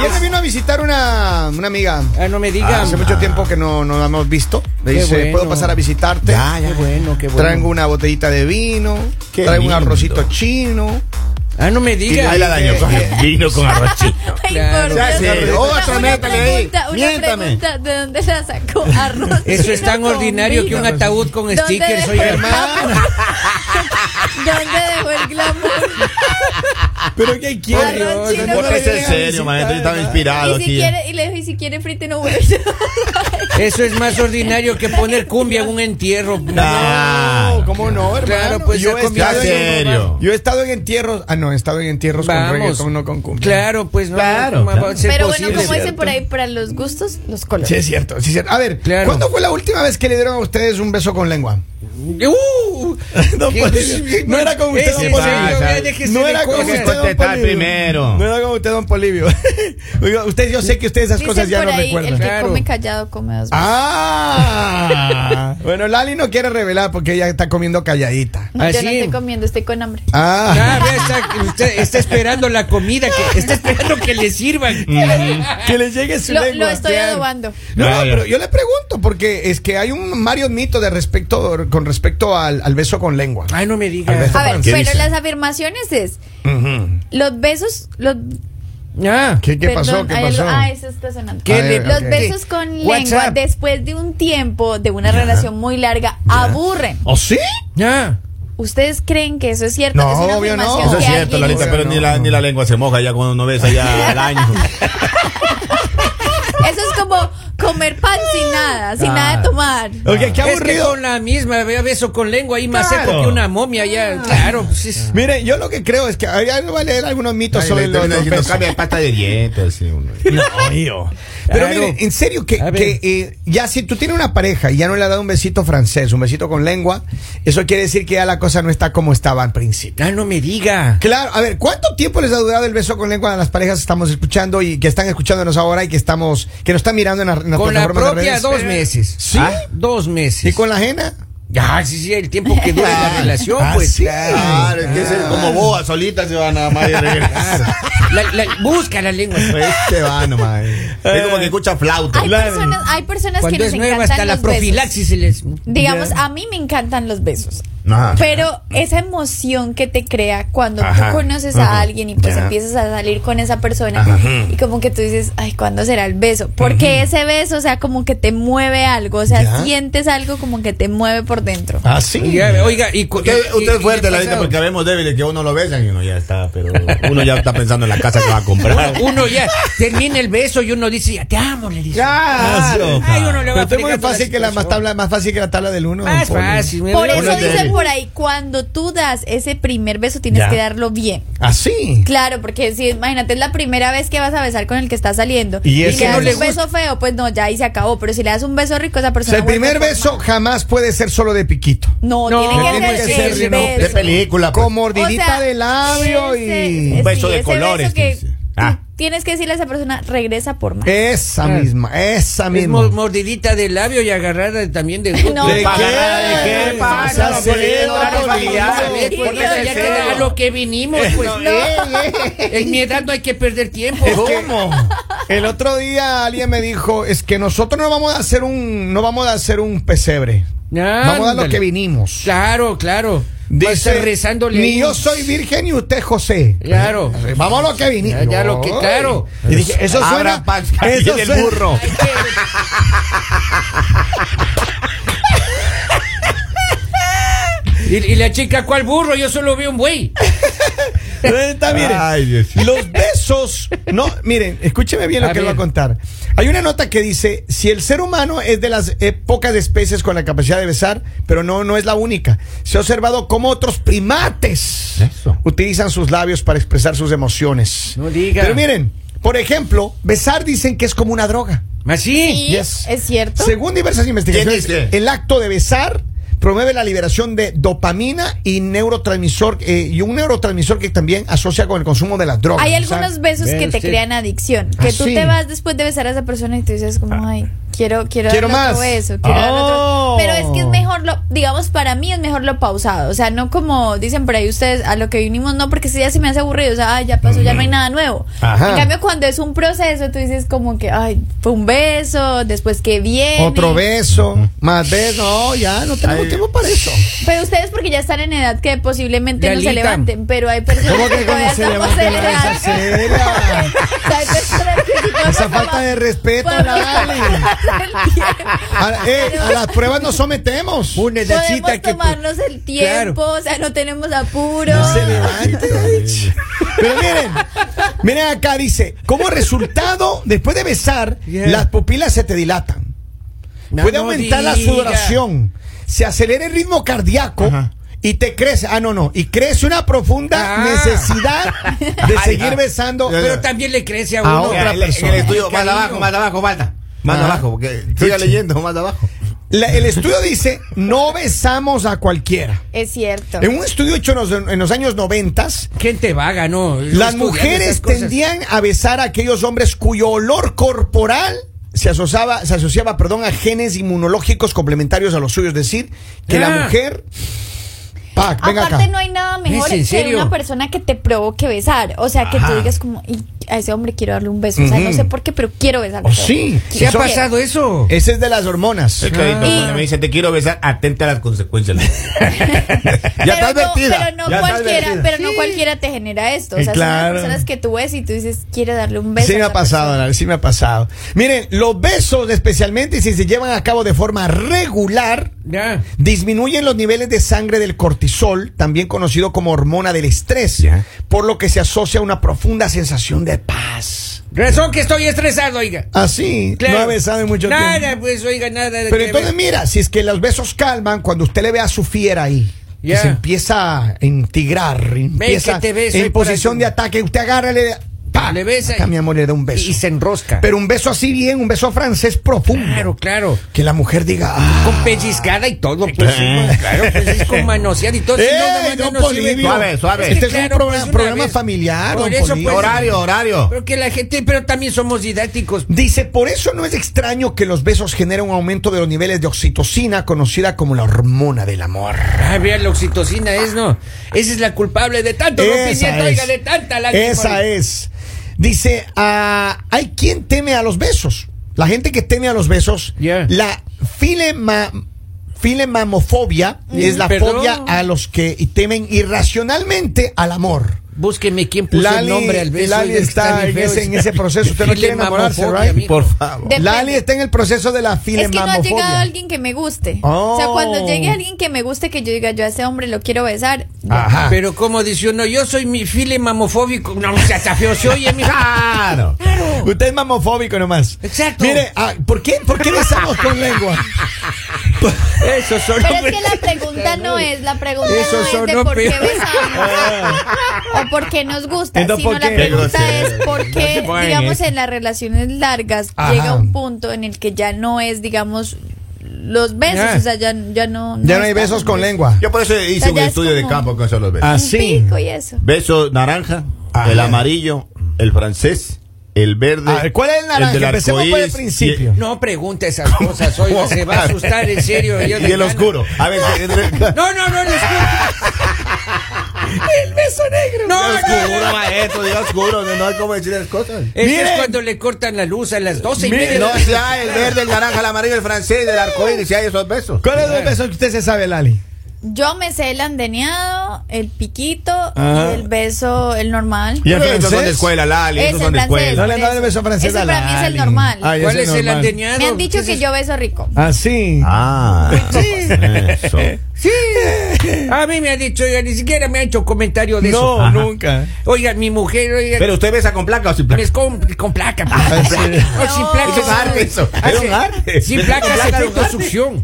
Hoy me vino a visitar una amiga. No me digas. Hace mucho tiempo que no nos hemos visto. Me dice, bueno. ¿puedo pasar a visitarte? Qué bueno, qué bueno. Traigo una botellita de vino. Qué traigo un lindo. arrocito chino. No me digas. Ahí la daño con vino con arroz chino. Ay, Claro. por Ya Dios. sé. Otra, métale ahí. Una Miéntame. pregunta, ¿de dónde la sacó arroz? Eso es chino tan con ordinario que vino? un ataúd con ¿Dónde stickers, dejó oye, el hermano. glamour? ¿Dónde dejó el glamour? ¿Pero qué quiere? Arroz chino con Es en vino. serio, maestro. Yo estaba inspirado Y si aquí. quiere, y le dijo, y si quiere frito no huevo. Eso es más ordinario que poner cumbia en un entierro. No, ¿cómo no, hermano? Claro, pues yo esa he comida estado ¿en en- serio? Yo he estado en entierros. No, he estado en entierros con Vamos. reggaetón, no con cumbia. Claro, pues no. Claro, ¿cómo va a claro. ser Pero bueno, posible? como dicen por ahí, para los gustos, los colores. Sí, es cierto, sí es cierto. A ver, Claro. ¿cuándo fue la última vez que le dieron a ustedes un beso con lengua? Don ¿Qué? Polibio. No era con usted, Ese don Polibio. señor, pasa? déjese No de era con cosas. usted, don Contestar Polibio. primero. No era con usted, don Polibio. Oiga, usted, yo sé que usted esas Dicen cosas ya por no ahí, recuerda. el que Claro. come callado come dos veces. Ah, bueno, Lali no quiere revelar porque ella está comiendo calladita. Yo ¿Ah, no sí? estoy comiendo, estoy con hambre. Ah, Usted está esperando la comida, está esperando que le sirvan. que le llegue su Lo lengua. estoy claro. adobando. No, Vaya. pero yo le pregunto porque es que hay un varios mitos con respecto al beso con lengua. Ay, no me Al digas. beso. A ver, ¿Qué pero dice? las afirmaciones es, los besos, ¿Qué pasó? perdón, ¿Qué hay pasó? algo- eso está sonando. ¿Qué le- Los ok. besos con lengua, WhatsApp. después de un tiempo, de una relación muy larga, aburren. ¿Oh, sí? ¿Ustedes creen que eso es cierto? No, Es una obvio no. afirmación Eso es que cierto, alguien Lalita, hizo. pero ni la lengua se moja ya cuando uno besa ya al año. Eso es como comer pan sin nada, sin nada de tomar. Ok, qué Es que aburrido. con la misma beso con lengua ahí más Claro. seco que una momia ya. Claro, pues es- Mire, yo lo que creo es que ya no va a leer algunos mitos sobre los besos. cambia de pasta de dientes. Sí, uno. No, hijo. Pero Claro. mire, en serio, A ver. ya si tú tienes una pareja y ya no le has dado un besito francés, un besito con lengua, eso quiere decir que ya la cosa no está como estaba al principio. no me diga. Claro, a ver, ¿cuánto tiempo les ha durado el beso con lengua a las parejas que estamos escuchando y que están escuchándonos ahora y que nos están mirando en las Con la plataformas de propia redes? 2 meses. ¿Sí? 2 meses. ¿Y con la ajena? Sí, el tiempo que dura la relación, pues. sí. Claro, es que es como boa, solita se van a madre. Claro. Busca la lengua. Se va nomás. Es como que escucha flauta. Hay personas que Cuando nos es nueva encantan hasta la los besos. profilaxis se les... Digamos, a mí me encantan los besos. Ajá. Pero esa emoción que te crea cuando Ajá. tú conoces a alguien y pues Ya. empiezas a salir con esa persona Ajá. y como que tú dices, ay, ¿cuándo será el beso? Porque ese beso, o sea, como que te mueve algo, o sea, Ya. sientes algo como que te mueve por dentro. Ah, sí. Oiga, Usted es fuerte, Lalita, porque vemos débiles que uno lo besan y uno ya está, pero uno ya está pensando en la casa que va a comprar. Uno ya termina el beso y uno dice, ya te amo, le dice. Claro. Ay, uno le va Pero esto es muy fregando fácil que la situación. más fácil que la tabla del uno. Más don Poli. fácil. Por Uno eso es dicen débil. por ahí, cuando tú das ese primer beso tienes Ya. que darlo bien. ¿Ah, sí? Claro, porque si imagínate, es la primera vez que vas a besar con el que estás saliendo Y es le que das no un le beso feo, pues no, ya ahí se acabó. Pero si le das un beso rico a esa O persona. sea, el primer vuelve beso formal. jamás puede ser solo de piquito. No, No, tiene que ser el ¿no? beso. De película. Pues. Con mordidita O sea, de labio y... Un beso de ese colores, beso que dice. Ah. tú tienes que decirle a esa persona, regresa por más. Esa Claro. misma, esa Es misma. mordidita de labio y agarrada también de... No, ¿De pa- qué? ¿De qué pasa? Sí, Horario sí, familiar. sí, Porque sí, ya sí. que a lo que vinimos, pues. En mi edad no hay que perder tiempo. ¿Cómo? El otro día alguien me dijo, es que nosotros no vamos a hacer un pesebre. Vamos a dar lo Ándale. que vinimos. Claro, claro. Va a estar rezándole. ni yo soy virgen ni usted José. Claro. Vamos a lo que vinimos. Ya lo que, claro. Y dije, eso suena... Abra Pax, ahí eso viene el suena- burro. Y la chica, ¿cuál burro? Yo solo veo un buey. Está, miren, Ay, Dios. los besos, no, miren, escúcheme bien lo A que le voy a ver. contar. Hay una nota que dice, si el ser humano es de las pocas especies con la capacidad de besar, pero no es la única. Se ha observado cómo otros primates Eso. utilizan sus labios para expresar sus emociones. No diga. Pero miren, por ejemplo, besar dicen que es como una droga. ¿Así? Sí, Yes. es cierto. Según diversas investigaciones, ¿Quién dice? el acto de besar promueve la liberación de dopamina y neurotransmisor y un neurotransmisor que también asocia con el consumo de las drogas. Hay ¿sabes? algunos besos Ve que te usted. crean adicción. Que Ah, tú sí. te vas después de besar a esa persona y tú dices como, ay, quiero Quiero darle más. otro beso, quiero darle Oh. otro. Pero es que es mejor, digamos, para mí es mejor lo pausado. O sea, no como dicen por ahí ustedes, a lo que vinimos, no, porque si ya se me hace aburrido. O sea, ay, ya pasó, ya no hay nada nuevo. Ajá. En cambio, cuando es un proceso, tú dices como que, ay, fue un beso, después que viene. Otro beso, más beso. No, ya no tenemos tiempo para eso. Pero ustedes porque ya están en edad que posiblemente no se Lalita. levanten, pero hay personas ¿Cómo que que cómo todavía se estamos levanta en la edad. esa seria? O sea, hay personas que sí podemos Esa falta tomar- de respeto, podemos Lali. tomarnos el tiempo. A las pruebas nos sometemos. Una cita Podemos que tomarnos el tiempo, o sea, no tenemos apuro. No se levante. Pero miren acá dice, como resultado, después de besar, Yeah. las pupilas se te dilatan. No, Puede no aumentar la diga. sudoración, se acelera el ritmo cardíaco. Ajá. Y te crece, y crece una profunda Ah. necesidad de seguir besando. Pero también le crece a A uno. otra En persona. el estudio, más Cariño. abajo, falta. Más Ah. abajo, porque siga leyendo, más abajo. El estudio dice, no besamos a cualquiera. Es cierto. En un estudio hecho en los años 90, Gente vaga, ¿no? las Estudiando mujeres esas cosas. tendían a besar a aquellos hombres cuyo olor corporal se asociaba, a genes inmunológicos complementarios a los suyos. Es decir, que la Ah. mujer... Pac, venga Aparte acá. no hay nada mejor ¿Es en que serio? una persona que te provoque besar. O sea, que tú digas como, "Y a ese hombre quiero darle un beso". O sea, no sé por qué, pero quiero besarlo. Oh, sí. ¿Se ha Eso- pasado eso? Ese es de las hormonas. Es que ahí cuando me dice te quiero besar, atenta a las consecuencias. Ya está advertida. Pero no ya está cualquiera, advertida. pero no cualquiera te genera esto. O sea, Claro. son las personas que tú ves y tú dices, quiero darle un beso. Sí a me ha esa pasado, persona. Lali, sí me ha pasado. Miren, los besos, especialmente si se llevan a cabo de forma regular, Ya. disminuyen los niveles de sangre del cortisol, también conocido como hormona del estrés, Ya. por lo que se asocia a una profunda sensación de paz. Razón que estoy estresado, oiga. Así, Claro. no ha besado en mucho Nada, tiempo. pues, oiga, nada. de Pero que entonces ver. mira, si es que los besos calman, cuando usted le ve a su fiera ahí, que Ya. se empieza a entigrar, empieza que te beso ahí en por posición aquí. de ataque, usted agárrale, ¡pa! Le besa Acá y- mi amor le da un beso. Y se enrosca. Pero un beso así bien, un beso francés profundo. Claro, claro. Que la mujer diga, ¡ah! Con pellizcada y todo, pues. Claro, pues es con manosear y todo. si ¡Ey, no, don no sirve. Polibio! Suave, suave. Este es Claro, un pues, una programa vez. familiar, Por don eso, Polibio. pues, Horario. Pero que la gente, pero también somos didácticos. Dice, por eso no es extraño que los besos generen un aumento de los niveles de oxitocina, conocida como la hormona del amor. Ah, vean, la oxitocina es, ¿no? Esa es la culpable de tanto rompimiento, oiga, de tanta lágrima. Esa es. Dice, hay quien teme a los besos. La gente que teme a los besos, Yeah. la filemamofobia es la Perdón. fobia a los que temen irracionalmente al amor. Búsqueme quién puso el nombre al beso. Lali oiga, que está bien en feo. en ese proceso. Usted no quiere enamorarse, Filemamofobia, right? mijo. Por favor. Depende. Lali está en el proceso de la Es que no ha filemamofobia. llegado alguien que me guste. Oh. O sea, cuando llegue alguien que me guste, que yo diga, yo a ese hombre lo quiero besar. ya. Ajá. Pero como dice uno, yo soy mi file mamofóbico. No, se hasta feo se oye, mi Claro. Usted es mamofóbico nomás. Exacto. Mire, ¿por qué besamos con lengua? Eso son Pero es que la pregunta no es, la pregunta Eso no es de sonó por qué peor. besamos o por qué nos gusta, Entonces, sino ¿por la qué? pregunta Qué es grosero. por No qué, se pongan digamos, eso. en las relaciones largas Ajá. llega un punto en el que ya no es, digamos, los besos, Ya. o sea, ya no Ya no hay están besos con los- lengua. Yo por eso hice sea, un ya es estudio de como- campo con esos los besos. Ah, Un sí. pico y eso. Beso naranja, Ajá. el amarillo, el francés, el verde. A ver, ¿cuál es el naranja? del Empecemos por el arcoíris principio. No pregunte esas cosas, oiga, se va a asustar en serio. yo de Y el gana. oscuro. A ver, No, el oscuro. El beso negro. No, oscuro, maestro, diga oscuro, no hay cómo decir las cosas. Eso Miren. es cuando le cortan la luz a las 12:30. Miren, No, si hay el verde, el naranja, el amarillo, el francés, el arcoíris, si hay esos besos. ¿Cuál es el beso que usted se sabe, Lali? Yo me sé el andeneado, el piquito Ah. y el beso, el normal. ¿Y el Esos son de francés? escuela, Lali, esos Ese son de francés. escuela. No le han dado el beso francés Ese a para mí es el Lali. normal. Ay, ¿Cuál ese es el normal. andeñado? Me han dicho ¿Qué que es yo beso rico. Ah, sí. Ah, eso. Sí. A mí me ha dicho, oiga, ni siquiera me ha hecho comentario de eso. No, Ajá. nunca. Oiga, mi mujer, oiga, Pero usted besa con placa o sin placa. es con placa. Ah, sí. No, sin placa. Eso es arte, eso. Hace- Es un arte. Sin Con placa placa hace es un efecto arte. succión.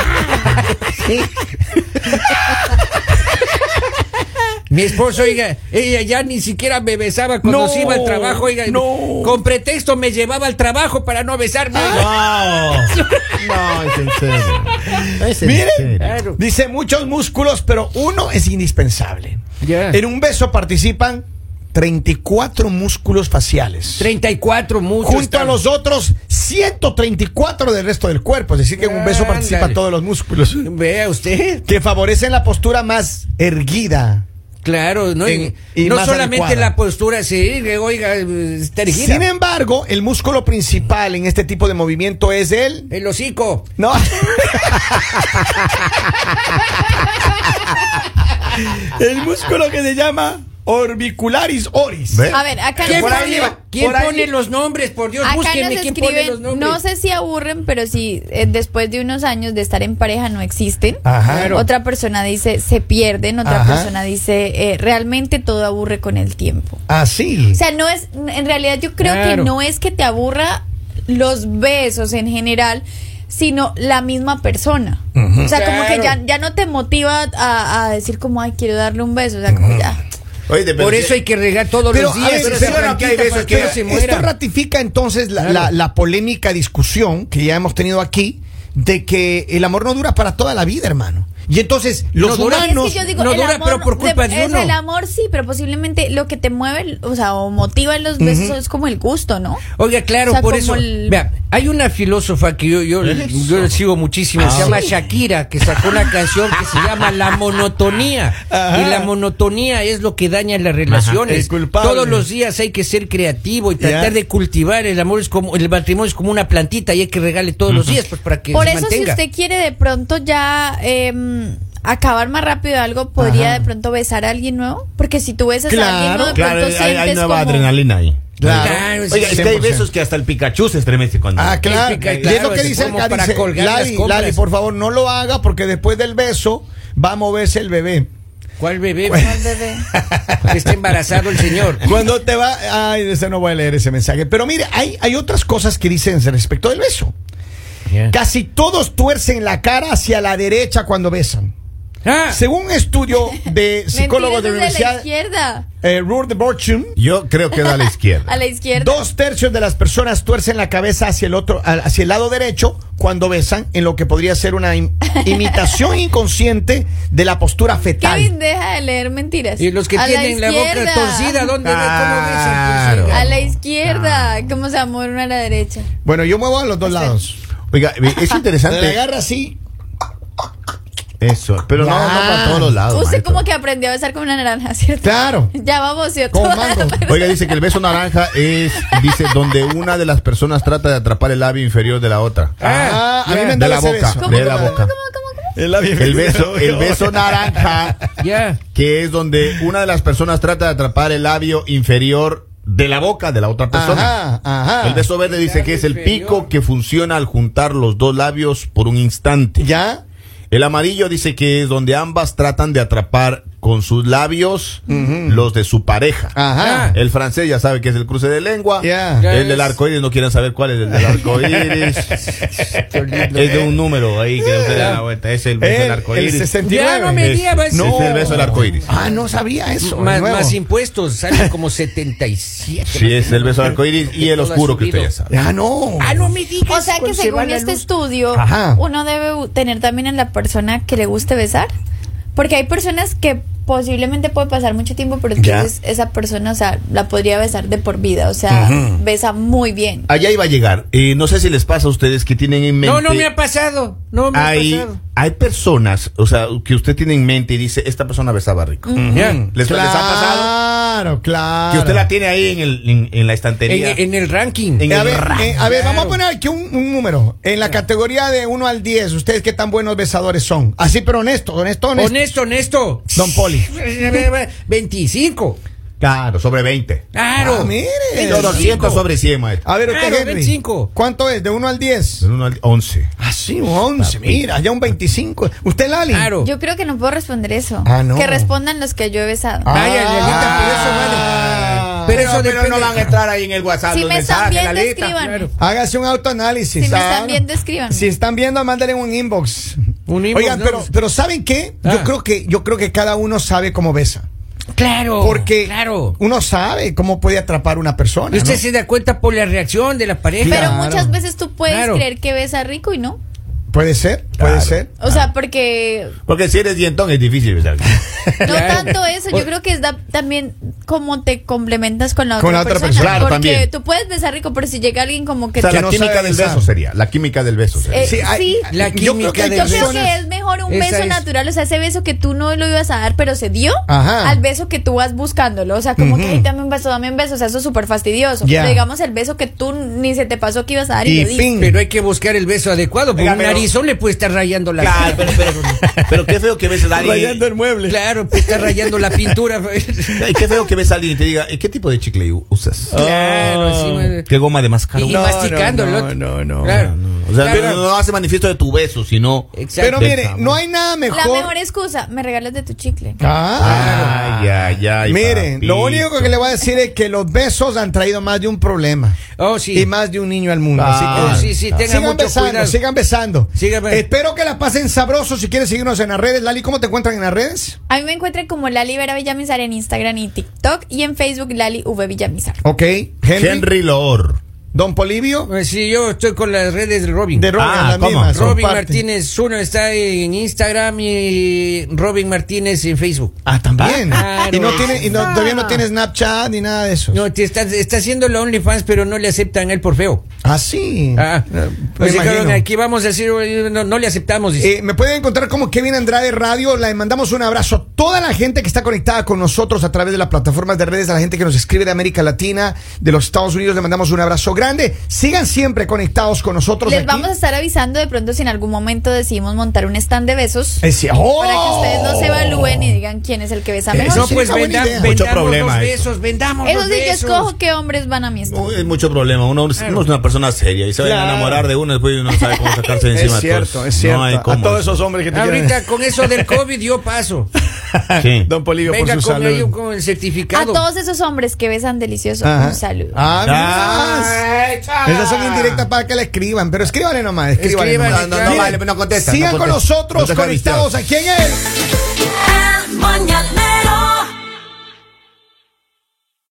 Mi esposo, oiga, ella ya ni siquiera me besaba cuando No, se iba al trabajo, oiga. no. Con pretexto me llevaba al trabajo para no besarme. No, no, es en serio. Es en Miren, serio. Claro. dice muchos músculos, pero uno es indispensable. Ya. En un beso participan 34 músculos faciales. 34 muchos. Junto a los otros 134 del resto del cuerpo. Es decir, que en un beso participa Ándale. todos los músculos. Vea usted. Que favorecen la postura más erguida. Claro, no, Y no más solamente adecuada. la postura, sí, oiga, está erguida. Sin embargo, el músculo principal en este tipo de movimiento es el... El hocico. No. El músculo que se llama orbicularis oris. ¿Ve? A ver, acá ¿Quién nos pone, escriben- quién por ahí. pone los nombres? Por Dios, Acá búsquenme nos quién pone los escriben, nombres. no sé si aburren, pero si después de unos años de estar en pareja no existen. Ajá. Claro. Otra persona dice se pierden, otra Ajá. persona dice realmente todo aburre con el tiempo. Así. O sea, no es, en realidad yo creo Claro. que no es que te aburra los besos en general, sino la misma persona. O sea, como que Claro. ya no te motiva a decir como, ay, quiero darle un beso. O sea, como ya. Oye, pero Por si- eso hay que regar todos Pero, los a días. ver, esa pero no, que hay plantita besos para que no se Esto muera. ratifica entonces Claro. la polémica discusión que ya hemos tenido aquí de que el amor no dura para toda la vida, hermano. Y entonces los No dura. humanos... Es que yo digo, no el dura, amor pero por culpa de uno. el amor sí, pero posiblemente lo que te mueve, o sea, o motiva en los besos es como el gusto, ¿no? Oiga, claro, O sea, por como eso. el- Vea, hay una filósofa que yo le sigo muchísimo, se llama Shakira, que sacó una canción que se llama La Monotonía. Ajá. Y la monotonía es lo que daña las relaciones. el culpable. Todos los días hay que ser creativo y tratar Ya. de cultivar. El amor es como, el matrimonio es como una plantita y hay que regarle todos los días, pues para que Por se eso, mantenga. si usted quiere de pronto ya acabar más rápido algo, podría Ajá. de pronto besar a alguien nuevo. Porque si tú besas a alguien nuevo, de Claro, pronto hay sientes nueva como... adrenalina ahí. Claro. Claro, sí, Oiga, es que hay 100%. besos que hasta el Pikachu se estremece cuando... Ah, claro. Claro, Y es lo que es dice como acá, para dice, colgar las Lali, compras. Lali, por favor, no lo haga porque después del beso va a moverse el bebé. ¿Cuál bebé? Al bebé. Está embarazado el señor. Cuando te va... Ay, ese no voy a leer ese mensaje. Pero mire, hay otras cosas que dicen respecto del beso. Casi todos tuercen la cara hacia la derecha cuando besan. Ah, Según un estudio de psicólogos de la Mentiras, es de la Universidad izquierda. Ruhr de Bochum, Yo creo que es a la izquierda. A la izquierda. 2/3 de las personas tuercen la cabeza hacia hacia el lado derecho cuando besan, en lo que podría ser una imitación inconsciente de la postura fetal. Kevin, deja de leer mentiras. y los que A tienen la boca izquierda. torcida, ¿dónde Claro. cómo besan? Pues, A la izquierda. ¿Cómo se va a mover uno a la derecha? Bueno, yo muevo a los dos lados. Oiga, es Se interesante. le agarra así. Eso, pero no Ya. para todos los lados. Usted maestro. como que aprendió a besar como una naranja, ¿cierto? Claro. Ya vamos, ¿cierto? Con mango. Oiga, dice que el beso naranja dice, donde una de las personas trata de atrapar el labio inferior de la otra. Ah, a mí me han de dado la ese boca, beso. de la boca. El beso naranja, Ya. que es donde una de las personas trata de atrapar el labio inferior de la boca de la otra persona. Ajá, ajá. El beso verde dice que es el pico que funciona al juntar los dos labios por un instante. ¿Ya? El amarillo dice que es donde ambas tratan de atrapar con sus labios los de su pareja. Ajá. El francés ya sabe que es el cruce de lengua. Ya. El del arco iris no quieren saber cuál es el del arco iris. Es de un número ahí que usted da la vuelta. Es el beso del arco El iris. 69. Ya, no me Es, diga, pues. No. es el beso del arco iris. Ah, no sabía eso. Más, nuevo. más impuestos, salen como 77. Sí, es el beso del arco iris y el Todo ha oscuro que usted subido. ya sabe. Ah, no. Ah, no me digas. O sea que cuando se va según la este luz. estudio, Ajá. uno debe tener también en la persona que le guste besar. Porque hay personas que posiblemente puede pasar mucho tiempo, pero Ya. entonces esa persona, o sea, la podría besar de por vida. O sea, besa muy bien. Allá iba a llegar. No sé si les pasa a ustedes que tienen en mente. No, no me ha pasado. No me ha pasado. Hay personas, o sea, que usted tiene en mente y dice, esta persona besaba rico. Ya. ¿Les ha pasado? Claro, claro. Que usted la tiene ahí en la estantería. En el ranking. En A el ver, ranking. a ver, Claro. vamos a poner aquí un número. En la categoría de 1 al 10, ¿ustedes qué tan buenos besadores son? Así, pero honesto. Honesto. Don Poli. 25. Claro, sobre 20. Claro. Ah, mire. Yo 200 sobre 100, maestro. A ver, usted, Claro, Henry. 25. ¿Cuánto es? ¿De 1 al 10? Del 1 al 11. Ah, sí, un 11. Mira, ya un 25. ¿Usted, Lali? Claro. Yo creo que no puedo responder eso. Ah, no. Que respondan los que yo he besado. Vaya, Lalita, pero eso vale. Pero eso depende. no van a entrar ahí en el WhatsApp Si los me están mensajes, viendo, Lalita. escriban. Claro. Hágase un autoanálisis. Si me Ah, están viendo, escriban. Si están viendo, mándale un inbox. Un inbox, Oigan, no. pero ¿saben qué? Ah. Yo creo que cada uno sabe cómo besa. Claro. Porque Claro. uno sabe cómo puede atrapar una persona. Y usted ¿no? se da cuenta por la reacción de la pareja. Pero Claro. muchas veces tú puedes Claro. creer que besa rico y no. Puede ser. Puede ser. O sea, porque Porque si eres dientón es difícil besar. no Claro. tanto eso, yo creo que es también como te complementas con la Con otra la otra persona. persona. Claro, porque también. tú puedes besar rico, pero si llega alguien como que O sea, Que la no química sabe del besar. beso sería. La química del beso sería. Sí, sí. La yo creo química que hay del Yo creo personas- que es mejor un Esa beso es. natural, o sea, ese beso que tú no lo ibas a dar, pero se dio, Ajá. al beso que tú vas buscándolo. O sea, como que, ay, dame un beso, o sea, eso es súper fastidioso. Ya. Pero digamos el beso que tú ni se te pasó que ibas a dar y, Y lo diste. fin. Pero hay que buscar el beso adecuado, porque Oiga, un pero- narizón le puede estar rayando la Claro, pero qué feo que ves a alguien. Rayando el mueble. Claro, puede estar rayando la pintura. Ay, qué feo que ves a alguien y te diga, ¿qué tipo de chicle usas? Claro, encima- ¿Qué goma de mascar? Y masticando, no. Claro. O sea, Claro. no hace manifiesto de tu beso, sino. Exacto. Pero Del mire, amor. no hay nada La mejor. mejor excusa, me regalas de tu chicle. Ah. Ay, ay, Miren, papito. lo único que le voy a decir es que los besos han traído más de un problema Oh, sí. y más de un niño al mundo. Ah, Así que sí, tengan sigan mucho besando, cuidado. sigan besando. Sigan be- Espero que la pasen sabroso. Si quieren seguirnos en las redes, Lali, ¿cómo te encuentran en las redes? A mí me encuentran como Lali Vera Villamizar en Instagram y TikTok y en Facebook Lali V Villamizar. Ok, Henry Loor. Don Polibio, Pues sí, yo estoy con las redes de Robin. de Robin, Ah, las ¿cómo? mismas, son Robin parte. Martínez, uno está en Instagram y Robin Martínez en Facebook. Ah, también. Claro. Y no tiene, todavía no tiene Snapchat ni nada de eso. No, está haciendo la OnlyFans, pero no le aceptan a él por feo. Ah, sí. Ah, Me pues imagino. dijeron, aquí vamos a decir, no le aceptamos. dice. Me pueden encontrar como Kevin Andrade Radio. Le mandamos un abrazo a toda la gente que está conectada con nosotros a través de las plataformas de redes, a la gente que nos escribe de América Latina, de los Estados Unidos. Le mandamos un abrazo grande. Sigan siempre conectados con nosotros. Les aquí. vamos a estar avisando de pronto si en algún momento decidimos montar un stand de besos. ¡Oh! Para que ustedes no se evalúen y digan quién es el que besa mejor. No, sí, pues está buena idea. Mucho vendamos problema los eso. besos, vendamos Eso los sí, yo besos. escojo qué hombres van a mi stand. Es mucho problema. Uno es una persona seria y se va a Claro. enamorar de uno y después uno no sabe cómo sacarse de encima. Es cierto, Entonces, es cierto. No hay cómo. a todos esos hombres que te Ahorita quieren. con eso del COVID yo paso. Sí. Don Polibio, Venga por su con salud. ello con el A certificado. todos esos hombres que besan delicioso, Ajá. un saludo. Esas son indirectas para que la escriban, pero escríbanle nomás, escríbanle Escriban, nomás. No, no, Miren, vale, no contesta. sigan no con contesta. nosotros No te conectados aquí en el El mañanero